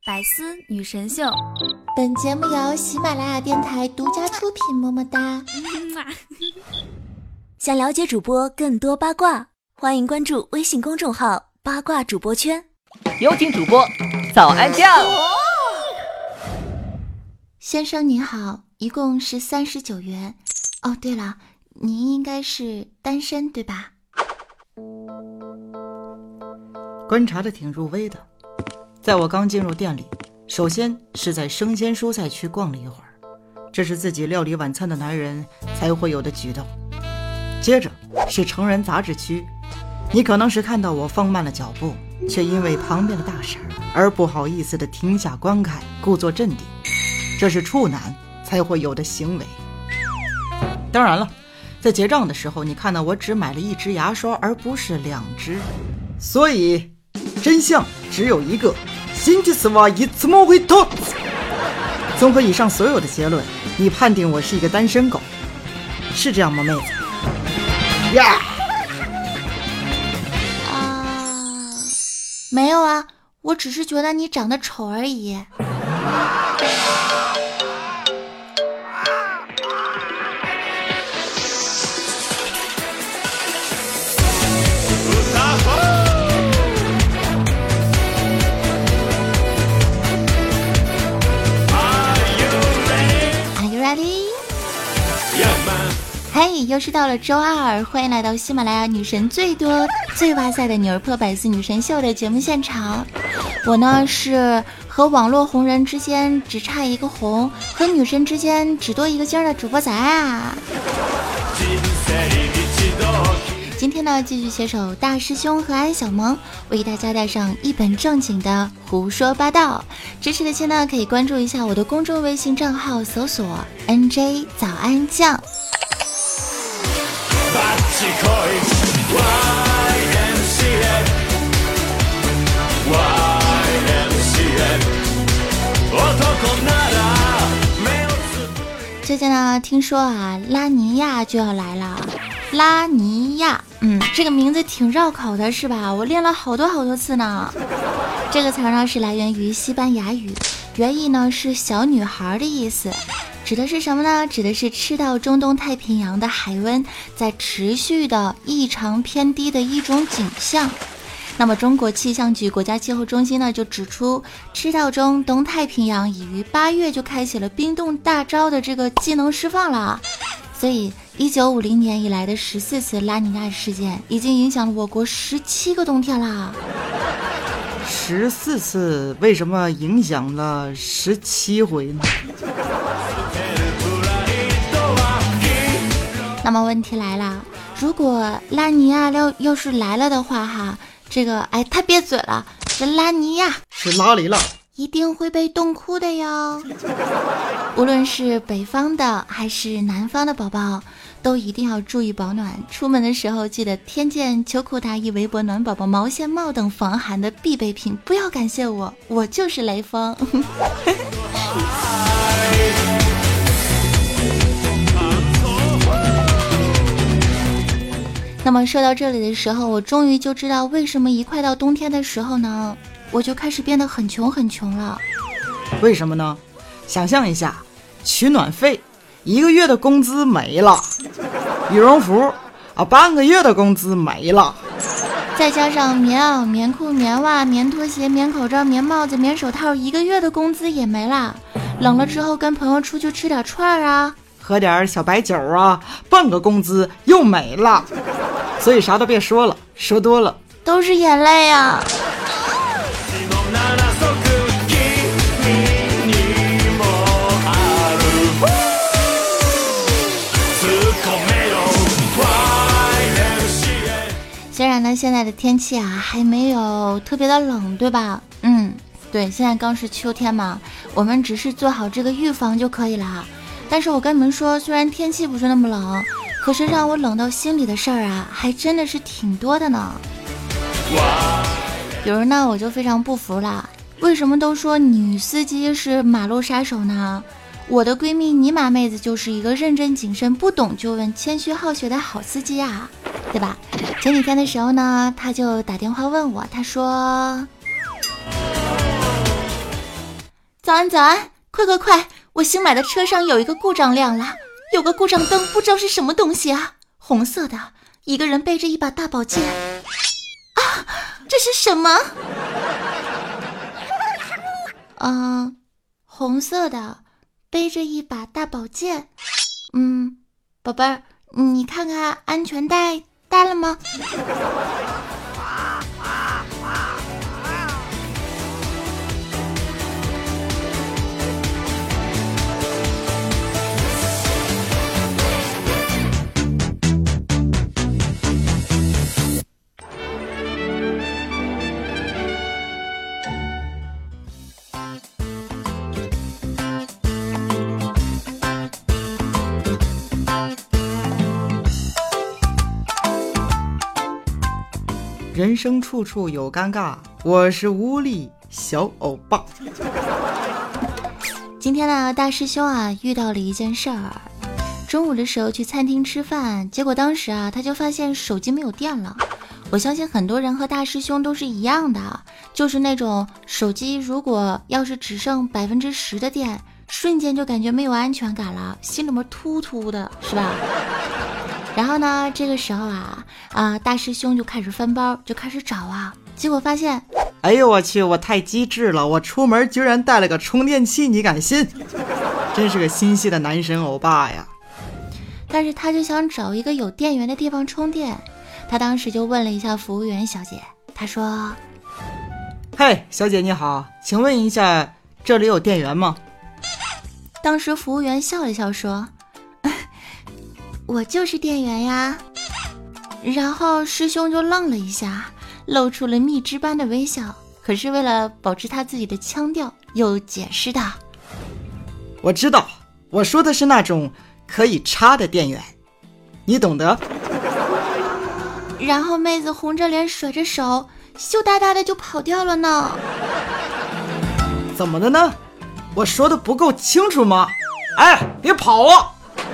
百思女神秀， 本节目由喜马拉雅电台独家出品，么么哒。 想了解主播更多八卦，欢迎关注微信公众号八卦主播圈。 有请主播早安酱。 先生你好，一共是39元。哦，对了，您应该是单身对吧？ 观察的挺入微的。在我刚进入店里，首先是在生鲜蔬菜区逛了一会儿，这是自己料理晚餐的男人才会有的举动。接着是成人杂志区，你可能是看到我放慢了脚步，却因为旁边的大婶而不好意思地停下观看，故作镇定，这是处男才会有的行为。当然了，在结账的时候，你看到我只买了1支牙刷而不是2支，所以真相只有一个，心地丝袜一次么会痛。综合以上所有的结论，你判定我是一个单身狗，是这样吗，妹子？呀、 没有啊，我只是觉得你长得丑而已。嘿，又是到了周二，欢迎来到喜马拉雅女神最多最哇塞的女儿破百思女神秀的节目现场。我呢是和网络红人之间只差一个红，和女神之间只多一个星的主播仔啊。今天呢继续携手大师兄和安小萌，为大家带上一本正经的胡说八道。支持的亲呢可以关注一下我的公众微信账号，搜索 NJ 早安酱。最近呢听说啊拉尼亚就要来了。拉尼亚，这个名字挺绕口的是吧？我练了好多次呢。这个词呢是来源于西班牙语，原意呢是小女孩的意思，指的是什么呢？指的是赤道中东太平洋的海温在持续的异常偏低的一种景象。那么中国气象局国家气候中心呢就指出，赤道中东太平洋已于8月就开启了冰冻大招的这个技能释放了。所以1950年以来的14次拉尼亚事件已经影响了我国17个冬天啦。 14次为什么影响了17回呢？ 那么问题来了，如果拉尼亚要是来了的话哈，这个太憋嘴了，这拉尼亚是拉里了， 一定会被冻哭的哟。无论是北方的还是南方的宝宝，都一定要注意保暖，出门的时候记得添件秋裤大衣围脖暖宝宝毛线帽等防寒的必备品。不要感谢我，我就是雷锋。那么说到这里的时候，我终于就知道为什么一快到冬天的时候呢，我就开始变得很穷了。 为什么呢？想象一下，取暖费1个月的工资没了，羽绒服半个月的工资没了， 再加上棉袄、棉裤、棉袜、棉拖鞋、棉口罩、棉帽子、棉手套，1个月的工资也没了。冷了之后跟朋友出去吃点串啊， 喝点小白酒啊，半个工资又没了。所以啥都别说了，说多了都是眼泪啊。虽然呢现在的天气啊还没有特别的冷，对吧？对，现在刚是秋天嘛，我们只是做好这个预防就可以了。但是我跟你们说，虽然天气不是那么冷，可是让我冷到心里的事儿啊还真的是挺多的呢。比如呢我就非常不服啦，为什么都说女司机是马路杀手呢？我的闺蜜尼玛妹子就是一个认真谨慎、不懂就问、谦虚好学的好司机啊，对吧？前几天的时候呢，她就打电话问我，她说早安早安，快，我新买的车上有一个故障亮了，有个故障灯，不知道是什么东西啊，红色的，一个人背着一把大宝剑啊，这是什么？红色的，背着一把大宝剑。宝贝儿，你看看安全带带了吗？ 人生处处有尴尬，我是无力小欧巴。 今天呢，大师兄啊遇到了一件事儿。中午的时候去餐厅吃饭，结果当时啊他就发现手机没有电了。我相信很多人和大师兄都是一样的，就是那种手机如果要是只剩10%的电，瞬间就感觉没有安全感了，心里面突突的，是吧？然后呢，这个时候大师兄就开始翻包，就开始找啊，结果发现， 哎呦我去，我太机智了，我出门居然带了个充电器，你敢信？真是个心细的男神欧巴呀！ 但是他就想找一个有电源的地方充电，他当时就问了一下服务员小姐，他说：“ 嘿，小姐你好，请问一下，这里有电源吗？” 当时服务员笑了笑说：“我就是店员呀。”然后师兄就愣了一下，露出了蜜汁般的微笑，可是为了保持他自己的腔调，又解释道：“ 我知道，我说的是那种可以插的电源，你懂得。” 然后妹子红着脸甩着手，羞答答的就跑掉了呢。 怎么的呢？我说的不够清楚吗？哎，别跑啊！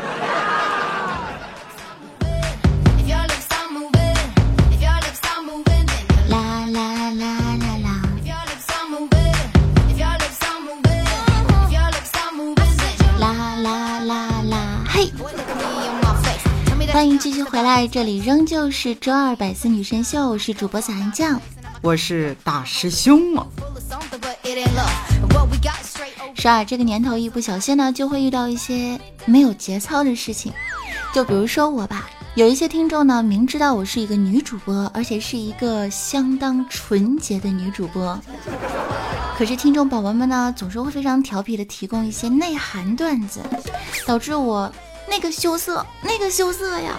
欢迎继续回来，这里仍旧是周二百思女神秀，我是主播小安酱， 我是大师兄啊。 是啊，这个年头一不小心呢，就会遇到一些没有节操的事情。就比如说我吧，有一些听众呢，明知道我是一个女主播，而且是一个相当纯洁的女主播，可是听众宝宝们呢，总是会非常调皮的提供一些内涵段子，导致我那个羞涩呀。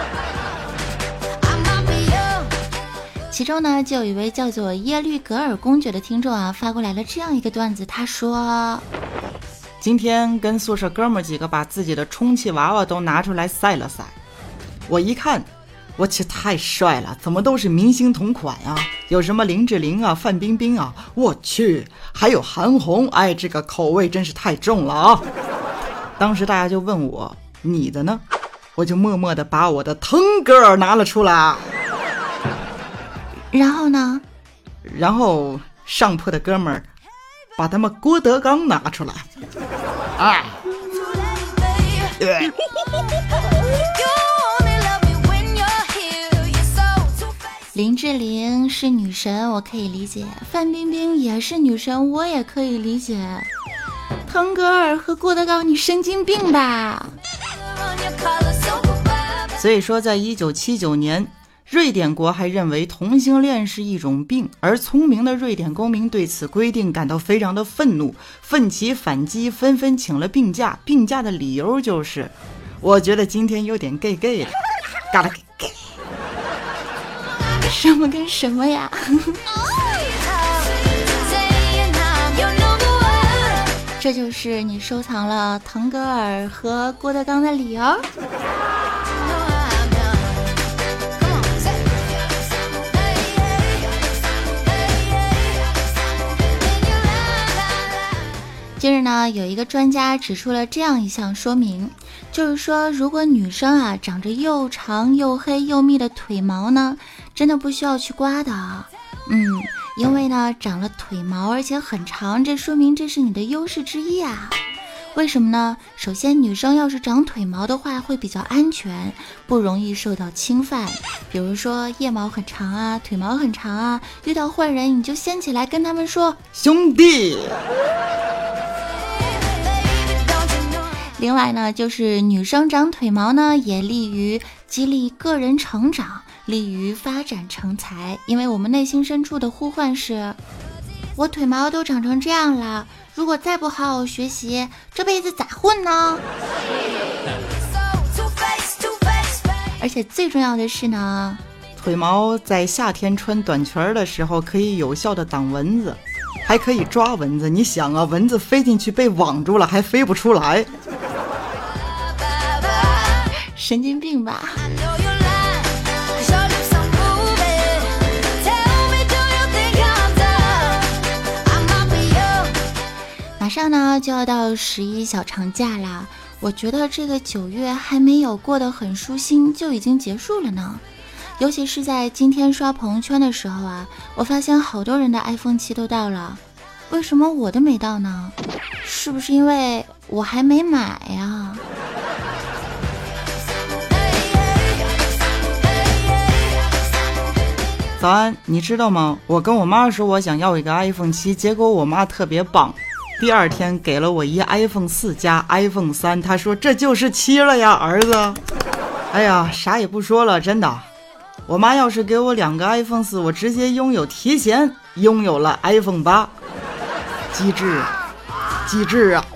其中呢，就有一位叫做耶律格尔公爵的听众啊，发过来了这样一个段子，他说： 今天跟宿舍哥们几个把自己的充气娃娃都拿出来晒了晒，我一看，我去，太帅了，怎么都是明星同款啊？有什么林志玲啊、范冰冰啊，我去，还有韩红，哎，这个口味真是太重了啊！当时大家就问我，你的呢？我就默默地把我的腾格尔拿了出来。 然后呢？ 然后上铺的哥们儿把他们郭德纲拿出来。啊！ 林志玲是女神，我可以理解；范冰冰也是女神，我也可以理解。腾格尔和郭德纲，你神经病吧？ 所以说，在1979年，瑞典国还认为同性恋是一种病，而聪明的瑞典公民对此规定感到非常的愤怒，奋起反击，纷纷请了病假。病假的理由就是，我觉得今天有点 gay 的，嘎啦 gay。 什么跟什么呀？这就是你收藏了腾格尔和郭德纲的理由。近日呢，有一个专家指出了这样一项说明，就是说，如果女生啊长着又长又黑又密的腿毛呢，真的不需要去刮的。 因为呢长了腿毛而且很长，这说明这是你的优势之一啊。为什么呢？首先女生要是长腿毛的话会比较安全，不容易受到侵犯。比如说腋毛很长啊，腿毛很长啊，遇到坏人你就掀起来跟他们说兄弟。 另外呢，就是女生长腿毛呢也利于激励个人成长，利于发展成才。因为我们内心深处的呼唤是，我腿毛都长成这样了，如果再不好好学习，这辈子咋混呢？而且最重要的是呢， 腿毛在夏天穿短裙的时候可以有效的挡蚊子，还可以抓蚊子。你想啊，蚊子飞进去被网住了还飞不出来， 神经病吧。马上呢就要到11小长假啦，我觉得这个9月还没有过得很舒心就已经结束了呢。尤其是在今天刷朋友圈的时候啊，我发现好多人的 iPhone 7都到了，为什么我的没到呢？是不是因为我还没买呀？ 早安，你知道吗？我跟我妈说我想要一个 iPhone 7，结果我妈特别棒，第二天给了我一 iPhone 4加 iPhone 3，她说这就是7了呀，儿子。哎呀，啥也不说了，真的。我妈要是给我2个 iPhone 4，我直接提前拥有了 iPhone 8，机智啊，机智啊。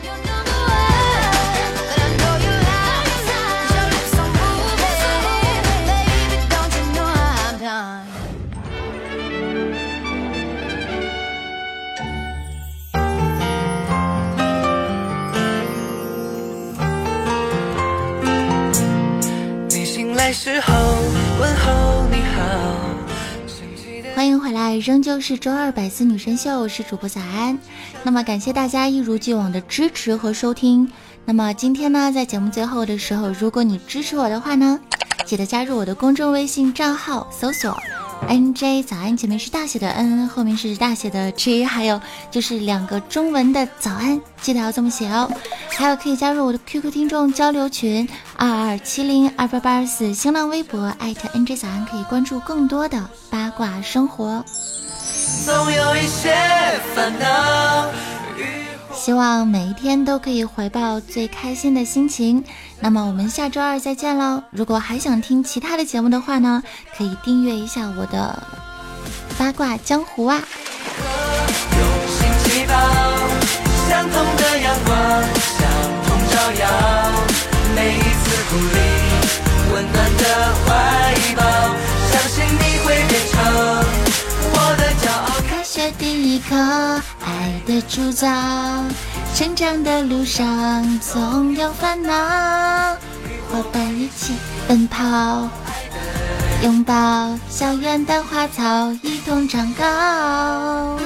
时候问候你好，欢迎回来，仍旧是周二百思女神秀，我是主播小安。那么感谢大家一如既往的支持和收听。那么今天呢，在节目最后的时候，如果你支持我的话呢，记得加入我的公众微信账号，搜索 NJ 早安，前面是大写的 N， 后面是大写的 G， 还有就是2个中文的早安，记得要这么写哦。还有可以加入我的 QQ 听众交流群22702884，新浪微博@NJ 早安，可以关注更多的八卦生活。总有一些烦恼，希望每一天都可以回报最开心的心情。那么我们下周二再见喽！如果还想听其他的节目的话呢，可以订阅一下我的八卦江湖啊。用心祈祷，相同的阳光，相同照耀，每一次鼓励，温暖的怀抱，相信你会变成我的骄傲。开学第一课，爱的铸造，成长的路上总有烦恼，伙伴一起奔跑，拥抱校园的花草，一同长高。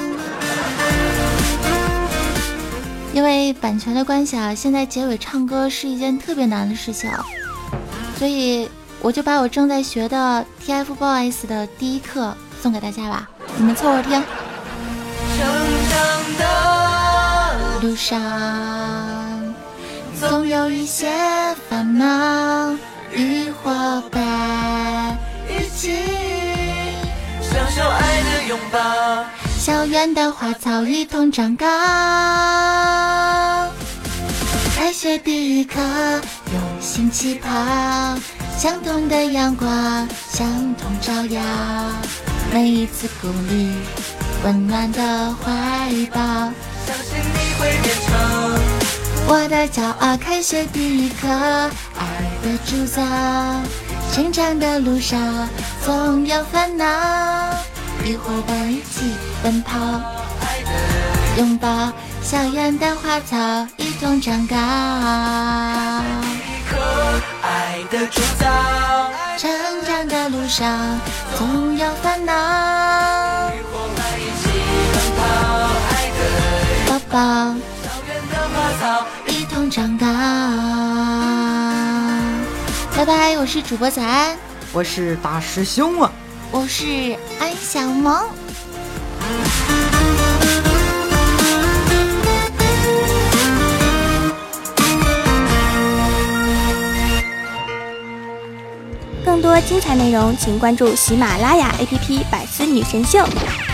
因为版权的关系啊，现在结尾唱歌是一件特别难的事情，所以我就把我正在学的 TFBOYS 的第一课送给大家吧，你们凑合听。成长的路上总有一些烦恼，与伙伴一起享受爱的拥抱，校园的花草一同长高。开学第一课，用心起跑，相同的阳光，相同照耀，每一次鼓励，温暖的怀抱，相信你会变成我的骄傲。开学第一课，爱的铸造，成长的路上总有烦恼，与伙伴一起奔跑，拥抱校园的花草，一同长高。爱的铸造，成长的路上总有烦恼，与伙伴一起奔跑，爱的抱抱，校园的花草一同长高。拜拜，我是主播早安， 我是大师兄啊， 我是安小萌。 更多精彩内容请关注喜马拉雅 APP 百思女神秀。